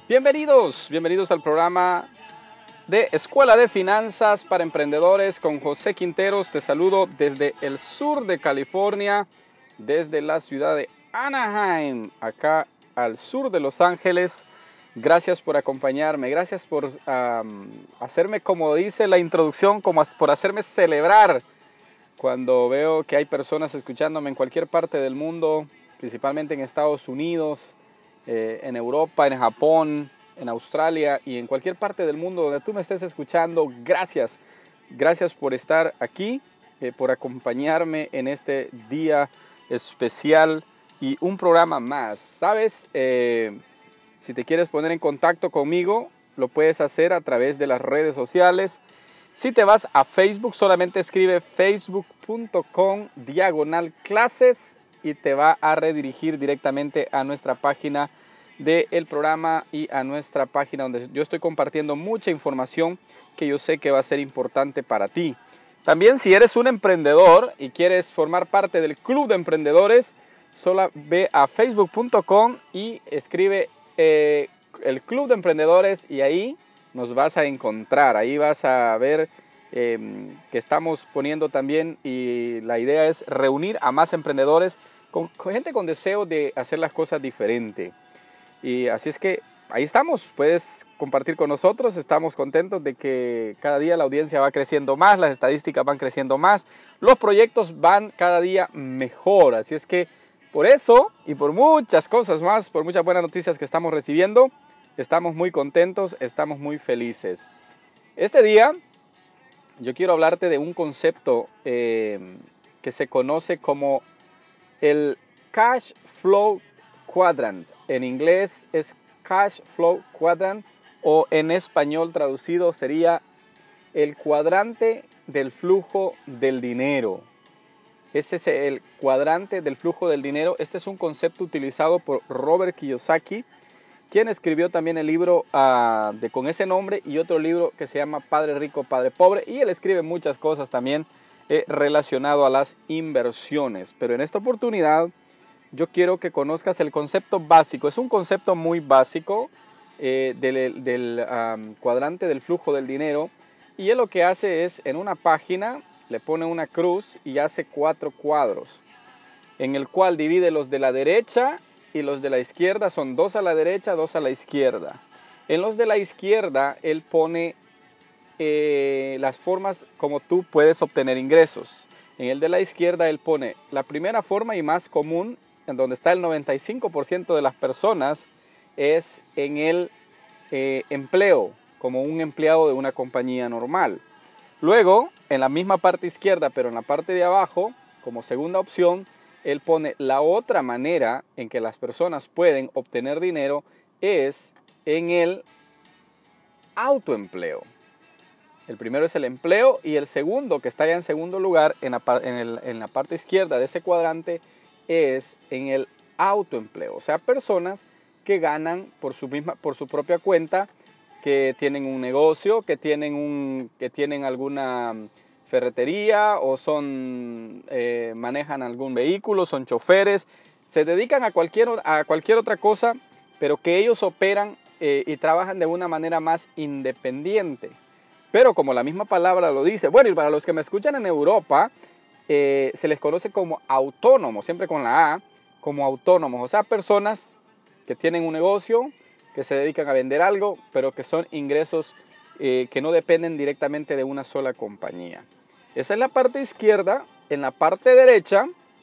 Bienvenidos al programa de Escuela de Finanzas para Emprendedores con José Quinteros. Te saludo desde el sur de California, desde la ciudad de Anaheim, acá al sur de Los Ángeles. Gracias por acompañarme, gracias por hacerme, como dice la introducción, por hacerme celebrar cuando veo que hay personas escuchándome en cualquier parte del mundo, principalmente en Estados Unidos, en Europa, en Japón, en Australia y en cualquier parte del mundo donde tú me estés escuchando. Gracias por estar aquí, por acompañarme en este día especial y un programa más. ¿Sabes? Si te quieres poner en contacto conmigo, lo puedes hacer a través de las redes sociales. Si te vas a Facebook, solamente escribe facebook.com/clases y te va a redirigir directamente a nuestra página del programa y a nuestra página donde yo estoy compartiendo mucha información que yo sé que va a ser importante para ti. También, si eres un emprendedor y quieres formar parte del Club de Emprendedores, solo ve a facebook.com y escribe el Club de Emprendedores y ahí nos vas a encontrar. Ahí vas a ver que estamos poniendo también, y la idea es reunir a más emprendedores con gente con deseo de hacer las cosas diferente. Y así es que ahí estamos, puedes compartir con nosotros. Estamos contentos de que cada día la audiencia va creciendo más, las estadísticas van creciendo más, los proyectos van cada día mejor. Así es que por eso y por muchas cosas más, por muchas buenas noticias que estamos recibiendo, estamos muy contentos, estamos muy felices. Este día yo quiero hablarte de un concepto que se conoce como el Cash Flow Quadrant. En inglés es Cash Flow Quadrant, o en español traducido sería el cuadrante del flujo del dinero. Este es el cuadrante del flujo del dinero. Este es un concepto utilizado por Robert Kiyosaki, quien escribió también el libro con ese nombre y otro libro que se llama Padre Rico, Padre Pobre, y él escribe muchas cosas también relacionado a las inversiones. Pero en esta oportunidad yo quiero que conozcas el concepto básico. Es un concepto muy básico del cuadrante del flujo del dinero, y él lo que hace es, en una página le pone una cruz y hace 4 cuadros, en el cual divide los de la derecha y los de la izquierda. Son 2 a la derecha, 2 a la izquierda. En los de la izquierda él pone las formas como tú puedes obtener ingresos. En el de la izquierda él pone la primera forma y más común, en donde está el 95% de las personas, es en el empleo, como un empleado de una compañía normal. Luego, en la misma parte izquierda, pero en la parte de abajo, como segunda opción, él pone la otra manera en que las personas pueden obtener dinero, es en el autoempleo. El primero es el empleo, y el segundo, que está ya en segundo lugar, en la parte izquierda de ese cuadrante, es en el autoempleo. O sea, personas que ganan por su propia cuenta, que tienen un negocio, que tienen alguna ferretería, o manejan algún vehículo, son choferes, se dedican a cualquier otra cosa, pero que ellos operan y trabajan de una manera más independiente. Pero como la misma palabra lo dice, bueno, y para los que me escuchan en Europa, se les conoce como autónomos, siempre con la A, como autónomos. O sea, personas que tienen un negocio, que se dedican a vender algo, pero que son ingresos que no dependen directamente de una sola compañía. Esa es la parte izquierda. En la parte derecha,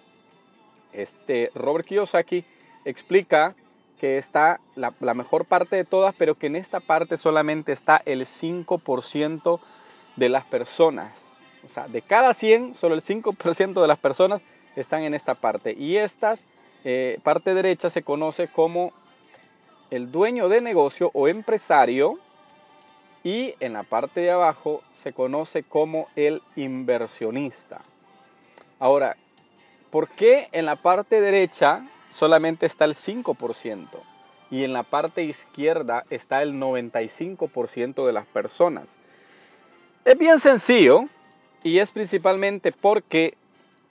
Robert Kiyosaki explica que está la mejor parte de todas, pero que en esta parte solamente está el 5% de las personas. O sea, de cada 100, solo el 5% de las personas están en esta parte. Y esta parte derecha se conoce como el dueño de negocio o empresario, y en la parte de abajo se conoce como el inversionista. Ahora, ¿por qué en la parte derecha solamente está el 5% y en la parte izquierda está el 95% de las personas? Es bien sencillo, y es principalmente porque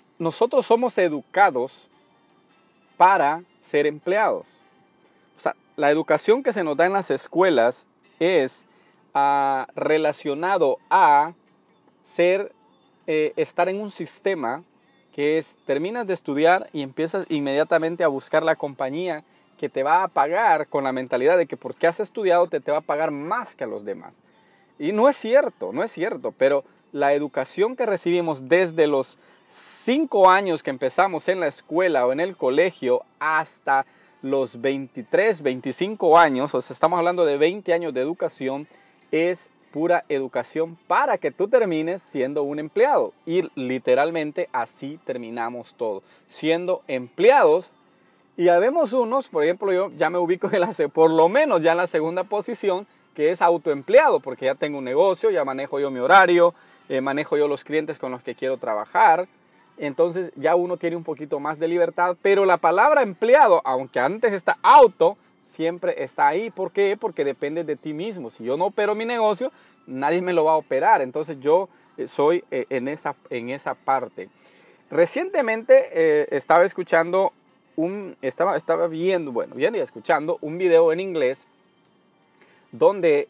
nosotros somos educados para ser empleados. O sea, la educación que se nos da en las escuelas es relacionado a estar en un sistema que es, terminas de estudiar y empiezas inmediatamente a buscar la compañía que te va a pagar con la mentalidad de que porque has estudiado te va a pagar más que a los demás. Y no es cierto, pero la educación que recibimos desde los 5 años que empezamos en la escuela o en el colegio hasta los 23, 25 años, o sea, estamos hablando de 20 años de educación, es pura educación para que tú termines siendo un empleado. Y literalmente así terminamos todo, siendo empleados. Y habemos unos, por ejemplo, yo ya me ubico por lo menos ya en la segunda posición, que es autoempleado, porque ya tengo un negocio, ya manejo yo mi horario, manejo yo los clientes con los que quiero trabajar. Entonces ya uno tiene un poquito más de libertad, pero la palabra empleado, aunque antes está auto, siempre está ahí. ¿Por qué? Porque depende de ti mismo. Si yo no opero mi negocio, nadie me lo va a operar. Entonces yo soy en esa parte. Recientemente estaba escuchando estaba viendo y escuchando un video en inglés donde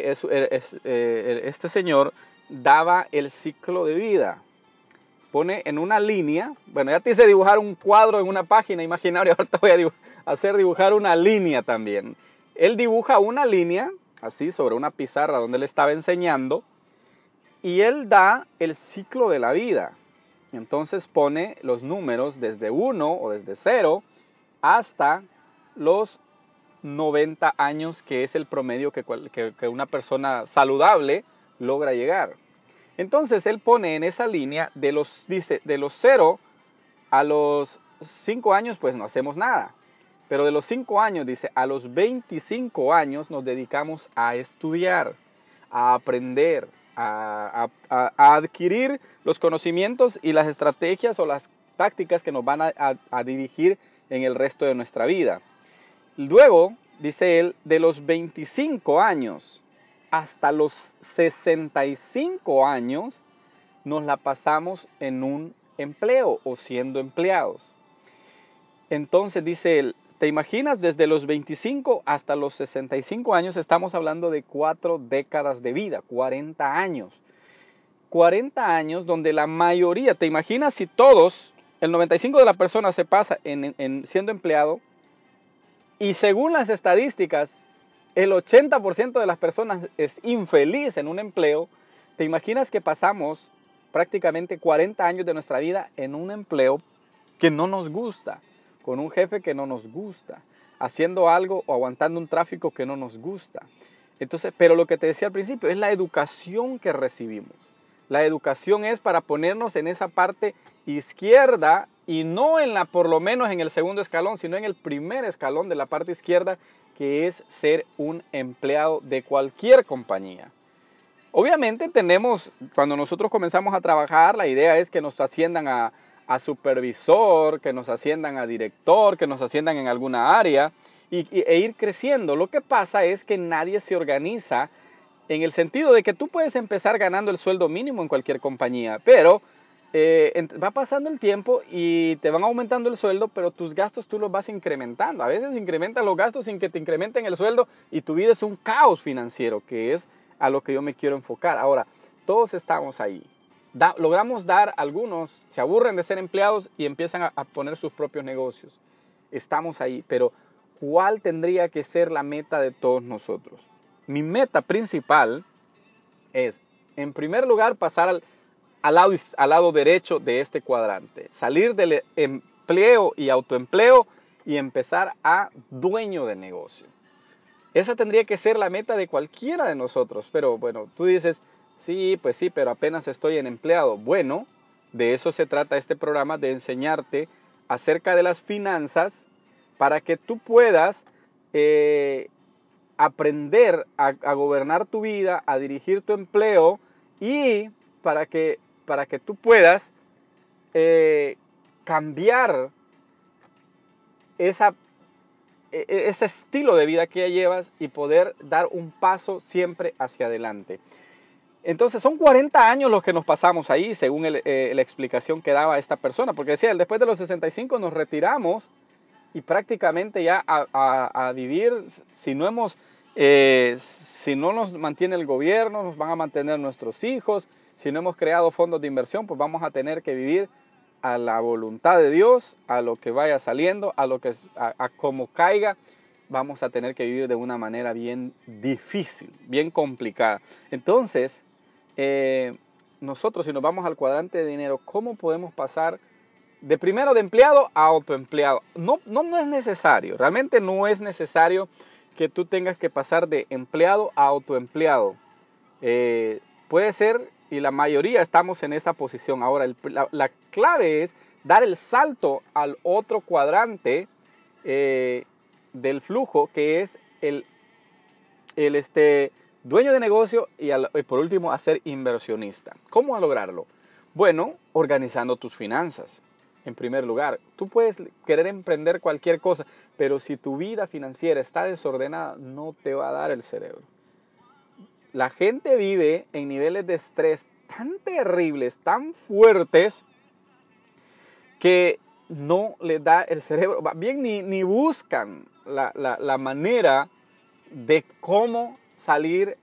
este señor daba el ciclo de vida. Pone en una línea, bueno, ya te hice dibujar un cuadro en una página imaginaria, ahorita voy a hacer dibujar una línea también. Él dibuja una línea, así, sobre una pizarra donde le estaba enseñando, y él da el ciclo de la vida. Entonces pone los números desde 1 o desde 0 hasta los 90 años, que es el promedio que una persona saludable logra llegar. Entonces él pone en esa línea, dice, de los 0 a los 5 años, pues no hacemos nada. Pero de los 5 años, dice, a los 25 años nos dedicamos a estudiar, a aprender, a adquirir los conocimientos y las estrategias o las tácticas que nos van a dirigir en el resto de nuestra vida. Luego, dice él, de los 25 años hasta los 65 años, nos la pasamos en un empleo o siendo empleados. Entonces, dice él, ¿te imaginas? Desde los 25 hasta los 65 años, estamos hablando de 4 décadas de vida, 40 años. 40 años donde la mayoría, ¿te imaginas si todos, el 95% de la persona se pasa en siendo empleado? Y según las estadísticas, el 80% de las personas es infeliz en un empleo. ¿Te imaginas que pasamos prácticamente 40 años de nuestra vida en un empleo que no nos gusta, con un jefe que no nos gusta, haciendo algo o aguantando un tráfico que no nos gusta? Entonces, pero lo que te decía al principio es la educación que recibimos. La educación es para ponernos en esa parte izquierda y no por lo menos en el segundo escalón, sino en el primer escalón de la parte izquierda, que es ser un empleado de cualquier compañía. Obviamente cuando nosotros comenzamos a trabajar, la idea es que nos asciendan a supervisor, que nos asciendan a director, que nos asciendan en alguna área e ir creciendo. Lo que pasa es que nadie se organiza en el sentido de que tú puedes empezar ganando el sueldo mínimo en cualquier compañía, pero va pasando el tiempo y te van aumentando el sueldo, pero tus gastos tú los vas incrementando. A veces incrementas los gastos sin que te incrementen el sueldo y tu vida es un caos financiero, que es a lo que yo me quiero enfocar. Ahora, todos estamos ahí. Logramos algunos se aburren de ser empleados y empiezan a poner sus propios negocios. Estamos ahí, pero ¿cuál tendría que ser la meta de todos nosotros? Mi meta principal es, en primer lugar, pasar al lado derecho de este cuadrante. Salir del empleo y autoempleo y empezar a dueño de negocio. Esa tendría que ser la meta de cualquiera de nosotros. Pero bueno, tú dices, sí, pues sí, pero apenas estoy en empleado. Bueno, de eso se trata este programa, de enseñarte acerca de las finanzas para que tú puedas aprender a gobernar tu vida, a dirigir tu empleo y para que tú puedas cambiar ese estilo de vida que ya llevas y poder dar un paso siempre hacia adelante. Entonces son 40 años los que nos pasamos ahí, según la explicación que daba esta persona, porque decía, después de los 65 nos retiramos y prácticamente ya a vivir, si no hemos, si no nos mantiene el gobierno, nos van a mantener nuestros hijos. Si no hemos creado fondos de inversión, pues vamos a tener que vivir a la voluntad de Dios, a lo que vaya saliendo, a como caiga. Vamos a tener que vivir de una manera bien difícil, bien complicada. Entonces, nosotros si nos vamos al cuadrante de dinero, ¿cómo podemos pasar de primero de empleado a autoempleado? No es necesario, realmente no es necesario que tú tengas que pasar de empleado a autoempleado. Puede ser, y la mayoría estamos en esa posición. Ahora, la clave es dar el salto al otro cuadrante del flujo, que es el dueño de negocio y por último a ser inversionista. ¿Cómo lograrlo? Bueno, organizando tus finanzas. En primer lugar, tú puedes querer emprender cualquier cosa, pero si tu vida financiera está desordenada, no te va a dar el cerebro. La gente vive en niveles de estrés tan terribles, tan fuertes, que no les da el cerebro. Bien, ni buscan la manera de cómo salir,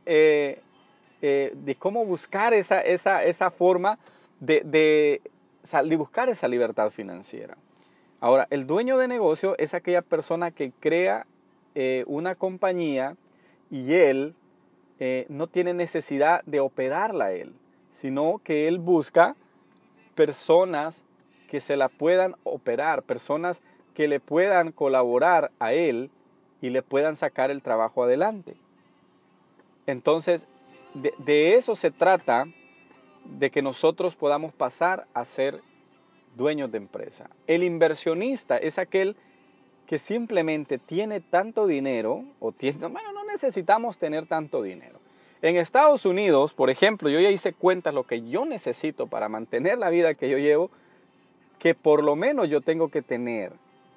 de cómo buscar esa forma de buscar esa libertad financiera. Ahora, el dueño de negocio es aquella persona que crea una compañía y él no tiene necesidad de operarla él, sino que él busca personas que se la puedan operar, personas que le puedan colaborar a él y le puedan sacar el trabajo adelante. Entonces, de eso se trata, de que nosotros podamos pasar a ser dueños de empresa. El inversionista es aquel que simplemente tiene tanto dinero, no necesitamos tener tanto dinero. En Estados Unidos, por ejemplo, yo ya hice cuentas lo que yo necesito para mantener la vida que yo llevo, que por lo menos yo tengo que tener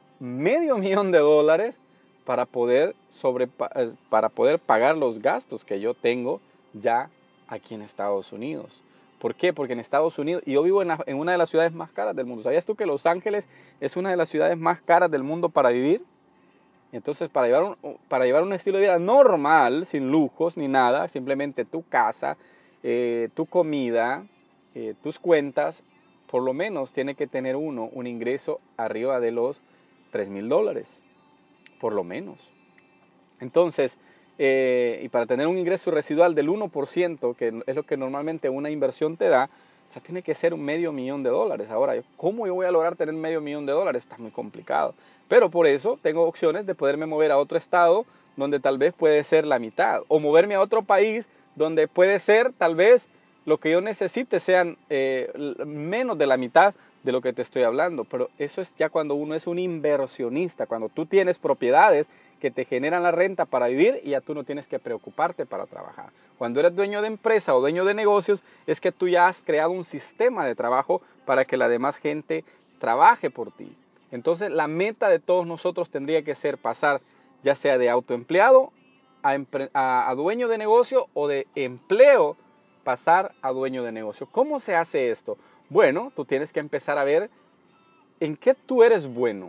$500,000 para poder pagar los gastos que yo tengo ya aquí en Estados Unidos. ¿Por qué? Porque en Estados Unidos, y yo vivo en una de las ciudades más caras del mundo. ¿Sabías tú que Los Ángeles es una de las ciudades más caras del mundo para vivir? Entonces, para llevar un estilo de vida normal, sin lujos ni nada, simplemente tu casa, tu comida, tus cuentas, por lo menos tiene que tener un ingreso arriba de los $3,000, por lo menos. Entonces, y para tener un ingreso residual del 1%, que es lo que normalmente una inversión te da, o sea, tiene que ser $500,000. Ahora, ¿cómo yo voy a lograr tener $500,000? Está muy complicado. Pero por eso tengo opciones de poderme mover a otro estado donde tal vez puede ser la mitad. O moverme a otro país donde puede ser tal vez lo que yo necesite sean menos de la mitad de lo que te estoy hablando. Pero eso es ya cuando uno es un inversionista, cuando tú tienes propiedades que te generan la renta para vivir y ya tú no tienes que preocuparte para trabajar. Cuando eres dueño de empresa o dueño de negocios, es que tú ya has creado un sistema de trabajo para que la demás gente trabaje por ti. Entonces, la meta de todos nosotros tendría que ser pasar ya sea de autoempleado a dueño de negocio o de empleo pasar a dueño de negocio. ¿Cómo se hace esto? Bueno, tú tienes que empezar a ver en qué tú eres bueno,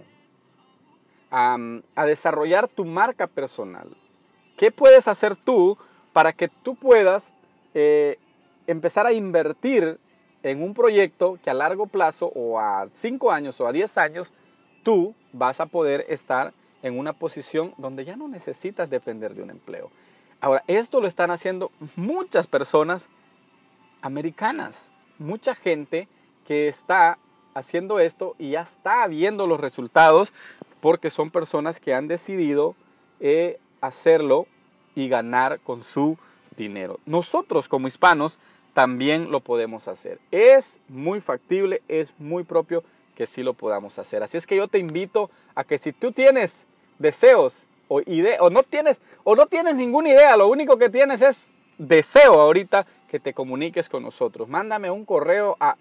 a desarrollar tu marca personal. ¿Qué puedes hacer tú para que tú puedas empezar a invertir en un proyecto que a largo plazo o a 5 años o a 10 años tú vas a poder estar en una posición donde ya no necesitas depender de un empleo? Ahora, esto lo están haciendo muchas personas americanas, mucha gente que está haciendo esto y ya está viendo los resultados porque son personas que han decidido hacerlo y ganar con su dinero. Nosotros como hispanos también lo podemos hacer. Es muy factible, es muy propio que sí lo podamos hacer. Así es que yo te invito a que si tú tienes deseos o no tienes ninguna idea, lo único que tienes es deseo ahorita, que te comuniques con nosotros. Mándame un correo a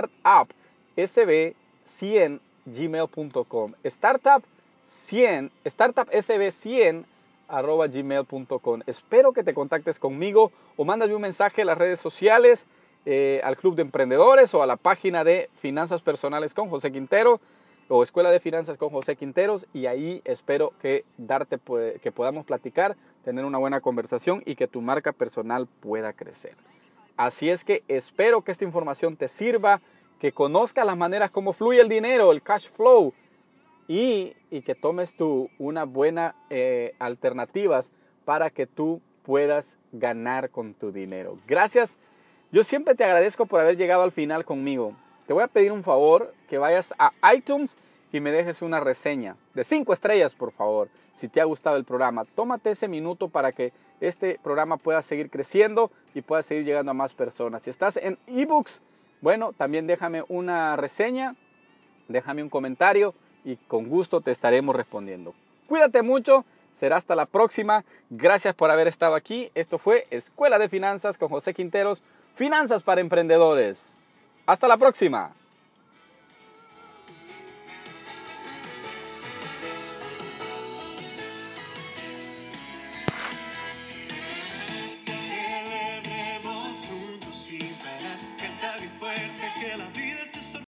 startupsb100@gmail.com. startupsb100@gmail.com. Espero que te contactes conmigo o mándame un mensaje a las redes sociales, al Club de Emprendedores o a la página de Finanzas Personales con José Quintero. o Escuela de Finanzas con José Quinteros, y ahí espero que podamos platicar, tener una buena conversación y que tu marca personal pueda crecer. Así es que espero que esta información te sirva, que conozcas las maneras como fluye el dinero, el cash flow, y que tomes tú una buena alternativas para que tú puedas ganar con tu dinero. Gracias. Yo siempre te agradezco por haber llegado al final conmigo. Te voy a pedir un favor, que vayas a iTunes y me dejes una reseña de 5 estrellas, por favor, si te ha gustado el programa. Tómate ese minuto para que este programa pueda seguir creciendo y pueda seguir llegando a más personas. Si estás en ebooks, bueno, también déjame una reseña, déjame un comentario y con gusto te estaremos respondiendo. Cuídate mucho, será hasta la próxima. Gracias por haber estado aquí. Esto fue Escuela de Finanzas con José Quinteros, Finanzas para Emprendedores. Hasta la próxima.